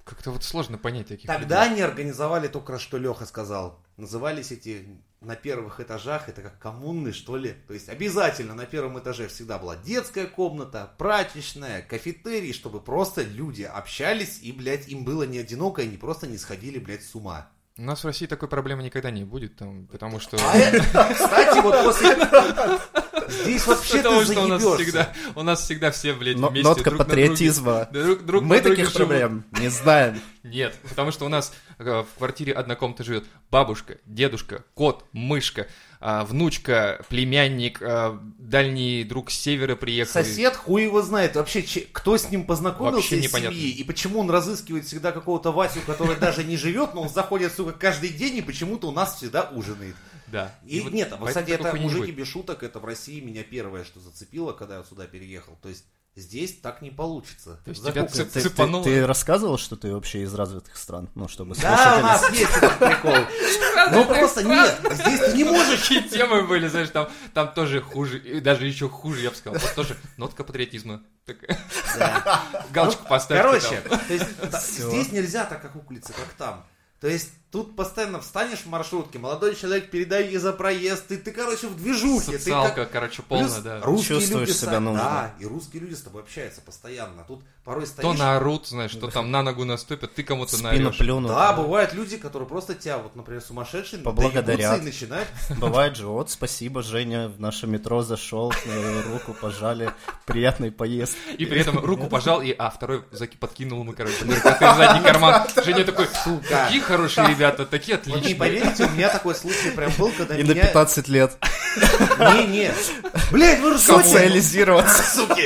Как-то вот сложно понять таких Тогда людей. они организовали только, что Леха сказал. Назывались эти на первых этажах, это как коммуны, что ли. То есть обязательно на первом этаже всегда была детская комната, прачечная, кафетерий, чтобы просто люди общались и, блядь, им было не одиноко, и они просто не сходили, блядь, с ума. У нас в России такой проблемы никогда не будет, там, потому что... Кстати, вот после... Здесь вообще ты заебешься. У нас всегда все, блядь, вместе. Нотка друг на патриотизма. друг Мы на друге таких живут. проблем не знаем. Нет, потому что у нас в квартире одна комната живет бабушка, дедушка, кот, мышка, внучка, племянник, дальний друг с севера приехал. Сосед хуй его знает. Вообще, кто с ним познакомился Вообще из непонятно. семьи, и почему он разыскивает всегда какого-то Васю, который даже не живет, но он заходит, сука, каждый день и почему-то у нас всегда ужинает. Да. И вот нет, поэтому кстати, это такой хуйни не мужики будет. без шуток, это в России меня первое, что зацепило, когда я сюда переехал. То есть здесь так не получится. То есть тебя Закупленцы. цепануло. Ты рассказывал, что ты вообще из развитых стран? Ну, чтобы Да, у нас есть этот прикол. Ну просто нет, здесь ты не можешь. Такие темы были, знаешь, там тоже хуже, и даже еще хуже, я бы сказал. Вот тоже нотка патриотизма. Такая. Галочку поставьте. Короче, там. то есть, здесь нельзя так окуклиться, как там. То есть тут постоянно встанешь в маршрутке, молодой человек, передай ей за проезд, ты короче, в движухе. Социалка, короче, полная, да. Русские Чувствуешь люди себя нужным. Да, и русские люди с тобой общаются постоянно. Тут порой стоишь... То наорут, знаешь, то там на ногу наступят, ты кому-то спину наорешь. плюнут. Да, бывают люди, которые просто тебя, вот, например, сумасшедшие, Поблагодарят. и начинают... Бывает же, вот, спасибо, Женя, в наше метро зашел, руку пожали, приятной поездки. И при этом руку пожал, и второй подкинул ему, короче, наркоты в задний карман. Женя такой, какие хорошие ребята, такие Вот не отличные. поверите, у меня такой случай прям был, когда И на меня... 15 лет Не-не. Блядь, вы ржете! социализироваться. Суки!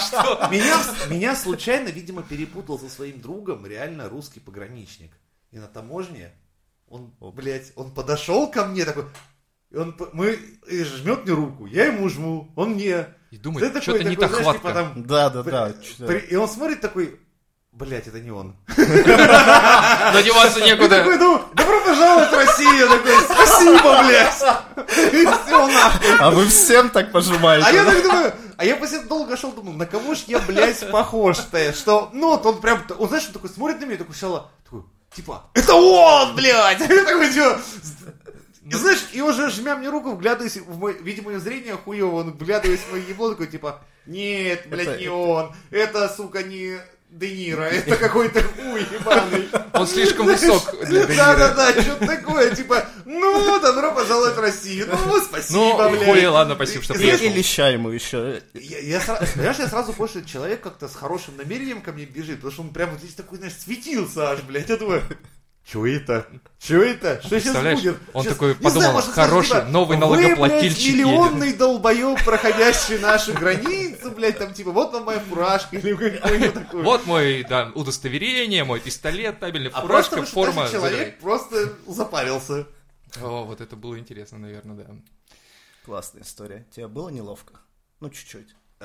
Меня случайно, видимо, перепутал со своим другом реально русский пограничник. И на таможне он, блядь, он подошел ко мне такой, и и жмет мне руку, я ему жму, он мне. И думает, Ты что-то такой, не та знаешь, хватка. типа там, Да. и он смотрит такой, блядь, это не он. Надеваться Я некуда. такой, ну, добро пожаловать в Россию. Такой, спасибо, блядь. И все нахуй. А вы всем так пожимаете? А я да? так думаю, я после этого долго шел, думал, на кого ж я, блядь, похож-то? Что, ну, вот он прям, он, знаешь, он такой смотрит на меня, такой сначала, такой, типа, это он, блядь! Я такой, типа, и знаешь, и уже жмя мне руку, вглядываясь в мой, видимо, зрение хуево, он вглядываясь в мое ебло, такой, типа, нет, блядь, не он, это, сука, не Де Ниро, это какой-то хуй ебаный. Он слишком высок для Де Ниро. Да, что-то такое, типа, ну, добро пожаловать в Россию, ну, спасибо, Ну, блядь. хуй, ладно, спасибо, что И- приехал. И леща ему еще. Я сразу понял, что человек как-то с хорошим намерением ко мне бежит, потому что он прямо здесь такой, знаешь, светился аж, блядь. Я думаю, что это? Что это? Что сейчас Представляешь, будет? он Щас- такой не подумал, знаю, может, хороший, скажет, типа, новый вы, налогоплательщик блядь, миллионный долбоеб, проходящий нашу границу, блядь, там типа, вот вам моя фуражка или какой-нибудь такой. Вот мой, да, удостоверение, мой пистолет, табельный, А фуражка, просто форма. что человек просто запарился. О, вот это было интересно, наверное, да. Классная история. Тебе было неловко? Ну, чуть-чуть.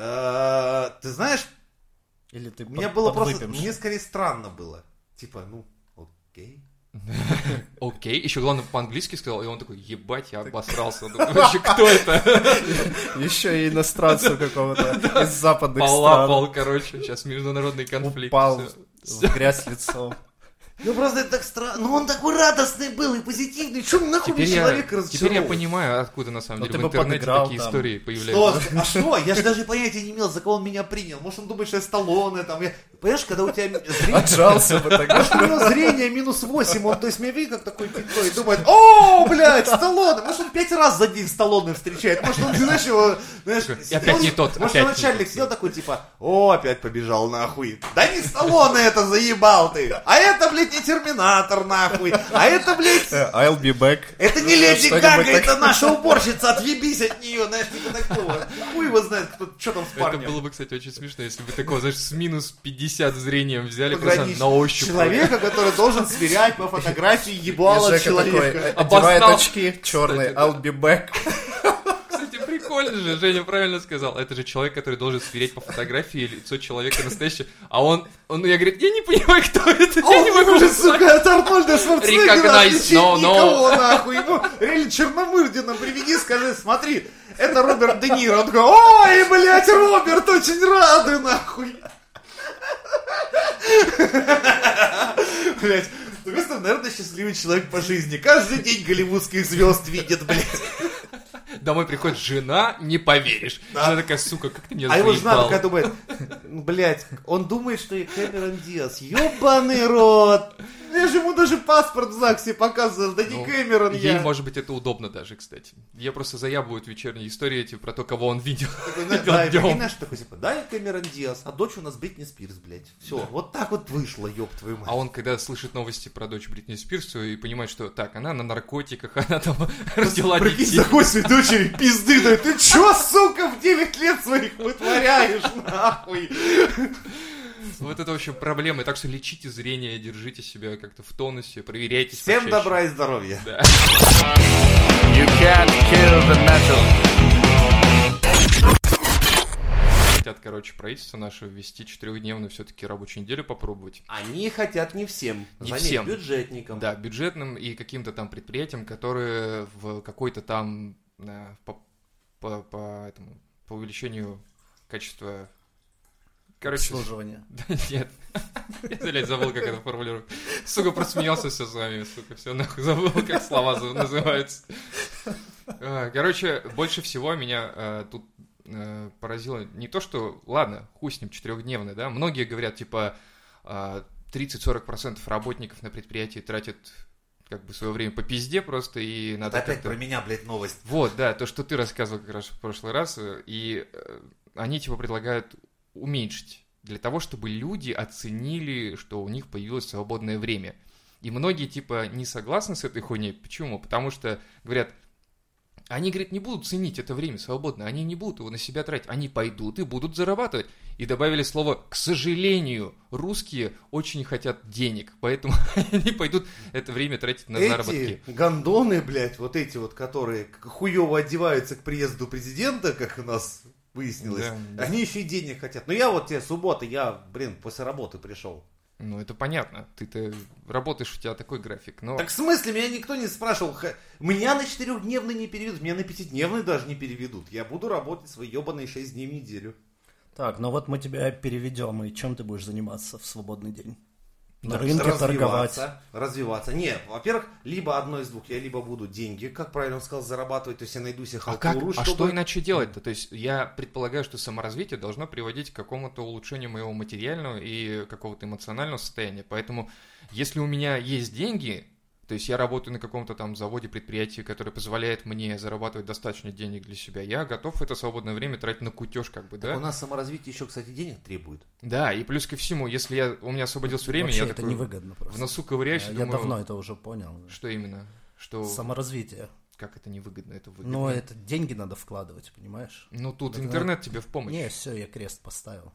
Ты знаешь, Или ты мне было просто, подвыпивший? мне скорее странно было. Типа, ну, окей. Окей, еще главное по-английски сказал, и он такой, ебать, я обосрался. Думаю, вообще, кто это? Еще и иностранцу какого-то из западных стран. Полапал, короче, сейчас международный конфликт. Упал всё. в грязь лицом. Ну просто это так странно. Ну он такой радостный был и позитивный. Чё нахуй мне Теперь человека я разочаровывать? понимаю, откуда на самом Ну, деле ты в бы интернете подыграл такие там. истории Что? появляются. А что? Я же даже понятия не имел, за кого он меня принял. Может, он думает, что я Сталлоне, там, понимаешь, когда у тебя зрение... Отжался бы тогда. Может, у него зрение минус 8, он, то есть, меня видит, как такой пинтой, и думает, о, блядь, Сталлоне! Может, он 5 раз за день Сталлоне встречает, может, он, знаешь, его, знаешь... И опять не тот, Может, опять не начальник тот. сидел такой, типа, о, опять побежал нахуй. Да не Сталлоне это, заебал ты! А это, блядь, не Терминатор, нахуй! А это, блядь, I'll be back. это не Леди Что-нибудь Гага, такое. это наша уборщица, отъебись от нее, знаешь, типа такого. Хуй его знает, что там с Это парнем. было бы, кстати, очень смешно, если бы такого, знаешь, с минус 50 зрением взяли просто Пограничник. на ощупь. Человека, который должен сверять по фотографии ебало И Жека такой человека. одевает Обосрал. очки черные, Кстати, I'll be back. Кстати, прикольно же, Женя правильно сказал. Это же человек, который должен сверять по фотографии лицо человека настоящее. А он я говорю, я не понимаю, кто это, А я не он могу уже, понять. сука, от Арнольда Шварценеггера Recognize, отличить no, no. никого, нахуй. Ему реально Черномырдина приведи, скажи, смотри, это Роберт Де Ниро. Он такой, ой, блядь, Роберт, очень рады, нахуй. Блять, с другой стороны, наверное, счастливый человек по жизни. Каждый день голливудских звезд видит, блядь. Домой приходит жена, не поверишь. Да. Жена такая, сука, как ты меня А его жена заебал. такая думает, блядь, он думает, что я Кэмерон Диас. Ёбаный рот. Я же ему даже паспорт в ЗАГСе показывал, да не Ну, Кэмерон ей, я. может быть, это удобно даже, кстати. Я просто заябывают вечерние истории эти про то, кого он видел. Да, и днём. прикинь, знаешь, такой, типа, да, я Кэмерон Диас, а дочь у нас Бритни Спирс, блядь. Все, вот так вот вышло, ёб твою мать. А он, когда слышит новости про дочь Бритни Спирс и понимает, что так, она на наркотиках, она там родила Прикинь, детей. заходит своей дочери, пизды дает. Ты чё, сука, в 9 лет своих вытворяешь, нахуй? Вот это, в общем, проблемы. Так что лечите зрение, держите себя как-то в тонусе, проверяйтесь. Всем почаще. добра и здоровья. Да. You can't kill the metal. Хотят, короче, правительство наше ввести 4-дневную все-таки рабочую неделю попробовать. Они хотят не всем. Не Заметь, всем. бюджетникам. Да, бюджетным и каким-то там предприятиям, которые в какой-то там по увеличению качества. Короче, Обслуживание. да нет. Я, блядь, забыл, как это формулировать. Сука, просто смеялся все с вами, сука, все нахуй забыл, как слова называются. Короче, больше всего меня тут поразило не то, что, ладно, хуй с ним, 4-дневный, да, многие говорят, типа, 30-40% работников на предприятии тратят как бы свое время по пизде просто, и надо Это опять как-то... про меня, блядь, новость. Вот, да, то, что ты рассказывал как раз в прошлый раз, и они, типа, предлагают уменьшить для того, чтобы люди оценили, что у них появилось свободное время. И многие, типа, не согласны с этой хуйней. Почему? Потому что, говорят, они, говорят, не будут ценить это время свободно, они не будут его на себя тратить, они пойдут и будут зарабатывать. И добавили слово «к сожалению». Русские очень хотят денег, поэтому они пойдут это время тратить на заработки. Эти гондоны, блядь, вот эти вот, которые хуёво одеваются к приезду президента, как у нас выяснилось, Да. они еще и денег хотят. Но я вот тебе суббота, я, после работы пришел. Ну, это понятно. Ты-то работаешь, у тебя такой график. Но... Так в смысле, меня никто не спрашивал. Меня на 4-дневный не переведут, меня на 5-дневный даже не переведут. Я буду работать свои ебаные 6 дней в неделю. Так, ну вот мы тебя переведем, и чем ты будешь заниматься в свободный день? На Так, рынке торговать. Развиваться. Не, во-первых, либо одно из двух. Я либо буду деньги, как правильно он сказал, зарабатывать, то есть я найду себе халтуру, А что иначе делать-то? То есть я предполагаю, что саморазвитие должно приводить к какому-то улучшению моего материального и какого-то эмоционального состояния. Поэтому, если у меня есть деньги, то есть я работаю на каком-то там заводе, предприятии, которое позволяет мне зарабатывать достаточно денег для себя, я готов это свободное время тратить на кутеж, как бы, да? У нас саморазвитие еще, кстати, денег требует. Да, и плюс ко всему, если у меня освободилось время, Вообще я это такой невыгодно просто. в носу ковыряюсь и Я думаю, давно это уже понял. что именно? Что... Саморазвитие. Как это невыгодно? Это выгодно. Но это деньги надо вкладывать, понимаешь? Ну, тут Это интернет тебе в помощь. Не, все, я крест поставил.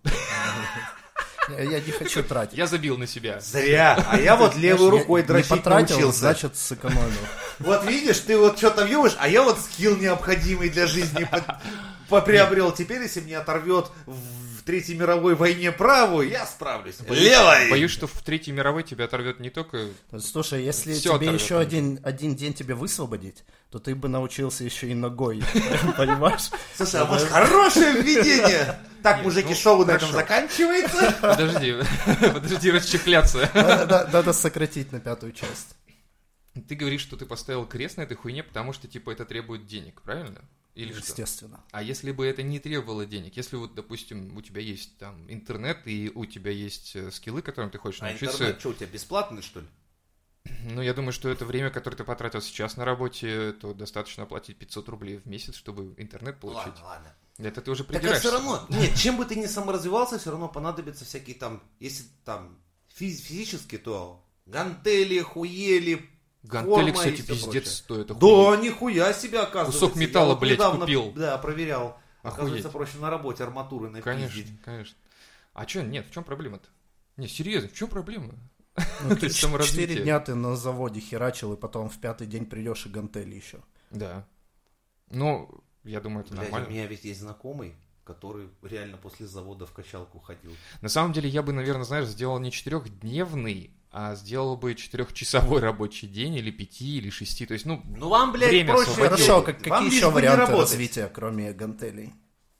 Я не хочу тратить. Я забил на себя. Зря. А я вот левой Я рукой не дрочить потратил, научился. значит, сэкономил. Вот видишь, ты вот что-то вьешь, а я вот скилл необходимый для жизни приобрел. Теперь, если мне оторвет в Третьей мировой войне правую, я справлюсь. Левой! Боюсь, что в Третьей мировой тебя оторвет не только... Слушай, если Всё тебе оторвёт, еще один день тебе высвободить, то ты бы научился еще и ногой, понимаешь? Слушай, а может хорошее введение? Так, мужики, ну, шоу на этом хорошо. заканчивается. Подожди расчехляться. Надо сократить на 5-ю часть. Ты говоришь, что ты поставил крест на этой хуйне, потому что, типа, это требует денег, правильно? Или что? Естественно. А если бы это не требовало денег? Если вот, допустим, у тебя есть там интернет, и у тебя есть скиллы, которым ты хочешь А научиться... интернет что, у тебя бесплатный, что ли? Ну, я думаю, что это время, которое ты потратил сейчас на работе, то достаточно оплатить 500 рублей в месяц, чтобы интернет получить. Ладно. Это ты уже Так а придираешься. все равно, нет, чем бы ты ни саморазвивался, все равно понадобятся всякие там, если там физически, то гантели, хуели, Гантели, форма кстати, и всё пиздец прочее. стоит. Да, охуеть. нихуя себе, оказывается. Кусок металла, Я вот блядь, недавно, купил. Да, проверял. Оказывается, Охуеть. проще на работе арматуры напиздить. Конечно, конечно. А что, нет, в чем проблема-то? Не, серьезно, в чем проблема? Ну, То есть саморазвитие. 4 дня ты на заводе херачил, и потом в 5-й день придешь и гантели еще. Да. Ну, я думаю, это Блядь, у нормально. меня ведь есть знакомый, который реально после завода в качалку ходил. На самом деле, я бы, наверное, знаешь, сделал не 4-дневный, а сделал бы 4-часовой рабочий день, или 5, или 6. То есть, ну, Ну вам, блядь, время проще. освободил. Хорошо, Вам какие лишь еще бы не варианты работать. развития, кроме гантелей?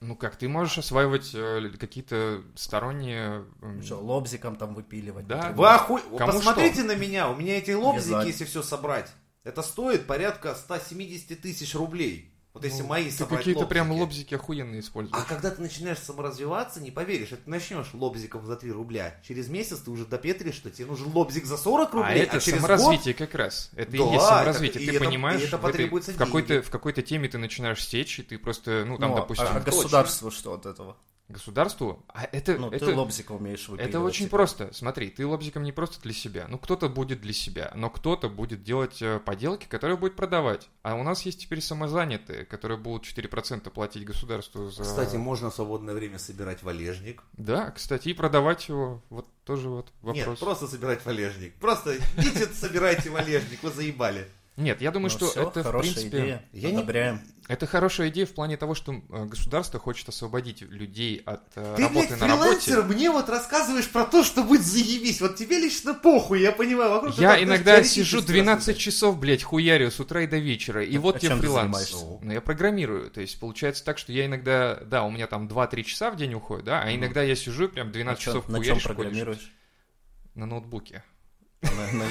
Ну как, ты можешь осваивать какие-то сторонние... Что, лобзиком там выпиливать? Да. Вы Кому посмотрите на меня, у меня эти лобзики, Вязать. если все собрать, это стоит порядка 170 тысяч рублей. Вот если мои Ты собрать какие-то лобзики. прям лобзики охуенные используешь. А когда ты начинаешь саморазвиваться, не поверишь, ты начнешь лобзиком за 3 рубля. Через месяц ты уже допетришь, что тебе нужен лобзик за 40 рублей, это через саморазвитие как раз. Это Да, и есть саморазвитие. и Ты это- понимаешь, и это в потребуется в какой-то теме ты начинаешь сечь, и ты просто, ну там, Ну, допустим, а государству что от этого? государству, а это, Ну, это, ты лобзика умеешь выпиливать. это очень типа. просто. Смотри, ты лобзиком не просто для себя. Ну, кто-то будет для себя, но кто-то будет делать поделки, которые будет продавать. А у нас есть теперь самозанятые, которые будут 4% платить государству за... Кстати, можно в свободное время собирать валежник. Да, кстати, и продавать его. Вот тоже вот вопрос. Нет, просто собирать валежник. Просто идите, собирайте валежник, вы заебали. Нет, я думаю, Ну, что всё, это, в хорошая принципе... идея. Я не- Одобряем. Это хорошая идея в плане того, что государство хочет освободить людей от Ты, работы блядь, на фрилансер, работе. мне вот рассказываешь про то, что будет заебись. Вот тебе лично похуй, я понимаю. Вокруг Я это, иногда знаешь, сижу теоретически 12 рассуждать. часов, блядь, хуярю с утра и до вечера, и вот А тебе чем ты фриланс. занимаешься? Ну, я программирую, то есть получается так, что я иногда, да, у меня там 2-3 часа в день уходит, да, а иногда я сижу прям 12 часов На чем хуяришь, программируешь? на ноутбуке. На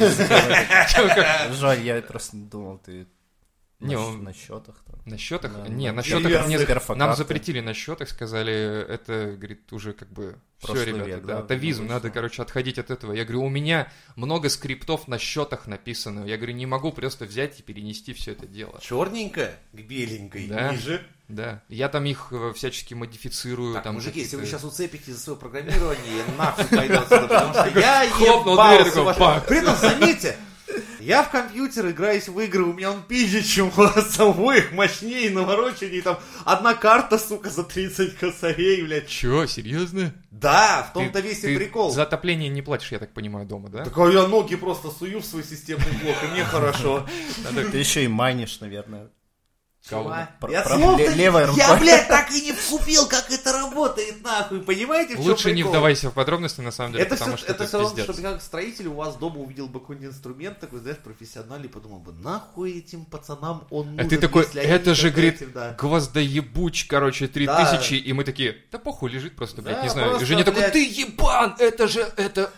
языке. Жаль, я просто думал, ты Не, на он- на счетах там. На счетах? Да, Не, да. на счетах Серьезно? нет, Перфокарты. нам запретили на счетах, сказали, это, говорит, уже как бы все, Прошлый ребята, век, да, да, атовизм, ну, надо, всё. короче, отходить от этого. Я говорю, у меня много скриптов на счетах написано. Я говорю, не могу просто взять и перенести все это дело. Черненькая к беленькой, Да. ниже. Да, я там их всячески модифицирую. Так, там мужики, если вы какие-то- сейчас уцепите за свое программирование, я нахуй пойду отсюда, потому что я хлопнул дверь, ебался такой, ваш- пах. При этом, заметьте, я в компьютер играюсь в игры, у меня он пизже, чем у вас обоих, мощнее, навороченнее, там, одна карта, сука, за 30 косарей, блядь. Чё, серьезно? Да, в том-то весь и Ты прикол. за отопление не платишь, я так понимаю, дома, да? Так а я ноги просто сую в свой системный блок, и мне хорошо. Ты еще и майнишь, наверное. Кого? Я Про- слов-то- левой я, рукой. блядь, так и не вкупил, как это работает, нахуй, понимаете, в чем Лучше не прикол? вдавайся в подробности, на самом деле, Это потому все, что это это все равно, пиздец. чтобы как строитель у вас дома увидел бы какой-нибудь инструмент такой, знаешь, профессиональный, подумал бы, нахуй этим пацанам он нужен, А ты такой, если они это же, как говорит, эти, да. гвоздоебуч, короче, 3000, и мы такие, да похуй, лежит просто, блядь, Да, не знаю. И просто, Женя такой, блядь. ты ебан, это же, это,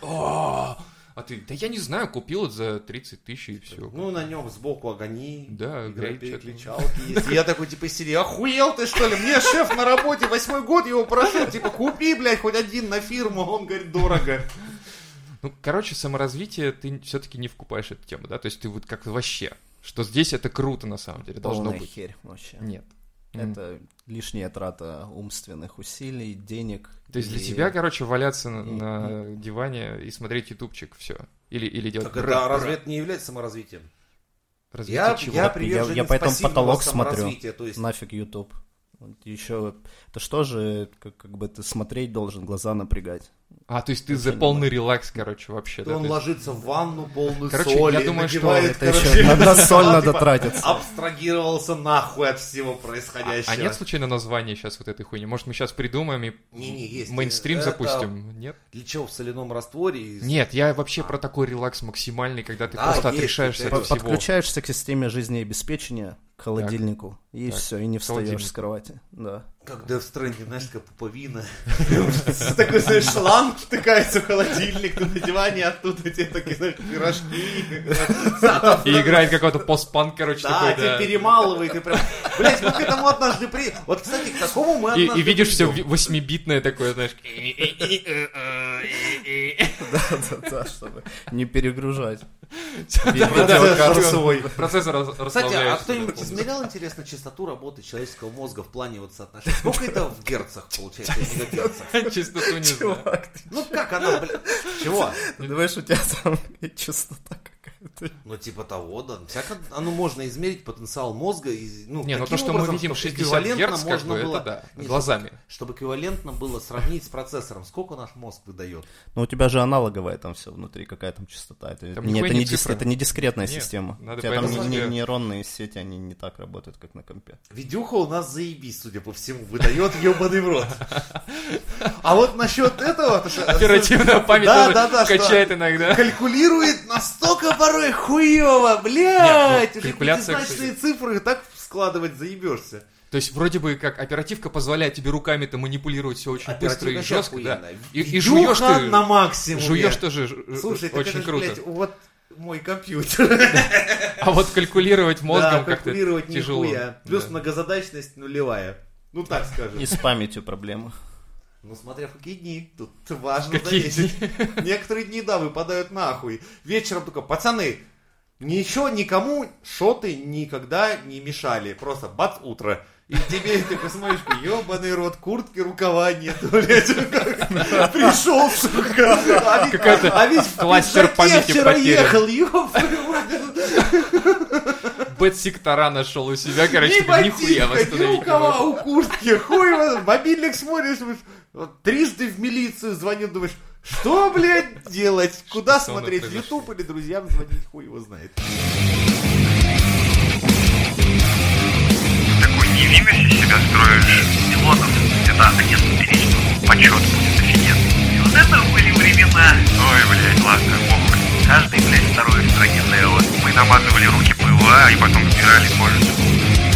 а ты, да я не знаю, купил это за 30 тысяч и все. Ну, на нем сбоку огонь, Да, грейд, переключалки есть. И я такой, типа, сидел, охуел ты, что ли? Мне шеф на работе, 8-й год, его прошу, типа, купи, блядь, хоть один на фирму, он говорит, дорого. Ну, короче, саморазвитие ты все-таки не вкупаешь эту тему, да? То есть ты вот как вообще, что здесь это круто на самом деле, должно Полная быть. херь вообще. Нет. Это лишняя трата умственных усилий, денег. То есть для и- тебя, короче, валяться на диване и смотреть ютубчик, все. Или делать... Так это разве это не является саморазвитием? Развитие Я чего? приверженец Я поэтому пассивного потолок смотрю. саморазвития, то есть Нафиг YouTube. Еще это что же, как бы ты смотреть должен, глаза напрягать. А, то есть ты Вообще за полный релакс, короче, вообще, да? он То есть- ложится в ванну полную Короче, соли, я думаю, что надевает, Это еще короче, на соль типа, надо тратиться. абстрагировался нахуй от всего происходящего. А нет случайно названия сейчас вот этой хуйни? Может, мы сейчас придумаем и Не-не, есть. мейнстрим Это запустим? Нет? Для чего в соляном растворе? Нет, я вообще про такой релакс максимальный, когда ты Да, просто есть, отрешаешься это от всего. Подключаешься к системе жизнеобеспечения, к холодильнику, и Так. все, и не встаешь Холодильник. с кровати. Да. Как Death Stranding, знаешь, такая пуповина. Такой, знаешь, шланг втыкается в холодильник, ты на диване, оттуда тебе такие, знаешь, пирожки. И играет какой-то постпанк, короче, Да, такой, тебя да. перемалывает, и прям... Блять, мы к этому однажды Вот, кстати, к такому мы И однажды видишь все придем. 8-битное такое, знаешь. Да, чтобы не перегружать. Процессор свой. Процессор Кстати, а расслабляется. кто-нибудь измерял, интересно, частоту работы человеческого мозга в плане вот соотношения? Сколько это в герцах получается, в мегагерцах? Чистоту не знаю. Чувак, Ну как она, блядь? Чего? ты думаешь, у тебя там частота какая-то? Ну типа того, да. Всяко, оно можно измерить потенциал мозга. Не, ну таким то, что образом, мы видим чтобы 60 эквивалентно Гц, как можно бы, было- это да, Нет, глазами. Чтобы эквивалентно было сравнить с процессором. Сколько наш мозг выдает? Ну, у тебя же аналоговая там все внутри, какая там частота. Это, Там не, нихуя это, не не цифры. это не дискретная Нет, система. надо У тебя там поэтому тебе- нейронные сети, они не так работают, как на компе. Видюха у нас заебись, судя по всему, выдает ебаный в рот. А вот насчет этого... то, что- Оперативная память Да, тоже да, да, что- качает иногда. Калькулирует настолько порой хуево, блядь! Нет, ну, Уже калькуляция, пятизначные цифры так складывать, заебешься. То есть вроде бы как оперативка позволяет тебе руками-то манипулировать все очень быстро и жестко, да. И жуешь ты на максимум. Жуешь тоже Слушай, очень это круто. Блядь, вот мой компьютер. А вот калькулировать мозгом как-то калькулировать тяжело. нихуя. Плюс многозадачность нулевая. Ну так скажем. И с памятью проблемы. Ну, смотря в какие дни. Тут важно заметить. Некоторые дни, да, выпадают нахуй. Вечером только, пацаны, ничего никому шоты никогда не мешали. Просто бац, утро. И тебе ты посмотришь, ебаный рот, куртки, рукава нет, блядь. Пришел, сука. А ведь в кластер памяти вчера потерян. ехал, ёбаный. Бэт-сектора нашел у себя, короче, Ни такой, нихуя ботинка, ни восстановить не рукава могу. у куртки, хуй его, мобильник смотришь, вот, трижды в милицию звонил, думаешь, что, блядь, делать? Куда Что смотреть? В произошло? YouTube или друзьям звонить, хуй его знает. Такой невинность из себя строишь. Пилотов где-то один перечень. Почет будет офигенный. И вот это были времена. Ой, блядь, ладно, похуй. Каждый, блядь, второй в стране ТЭО. Мы намазывали руки ПВА и потом стирали кожу.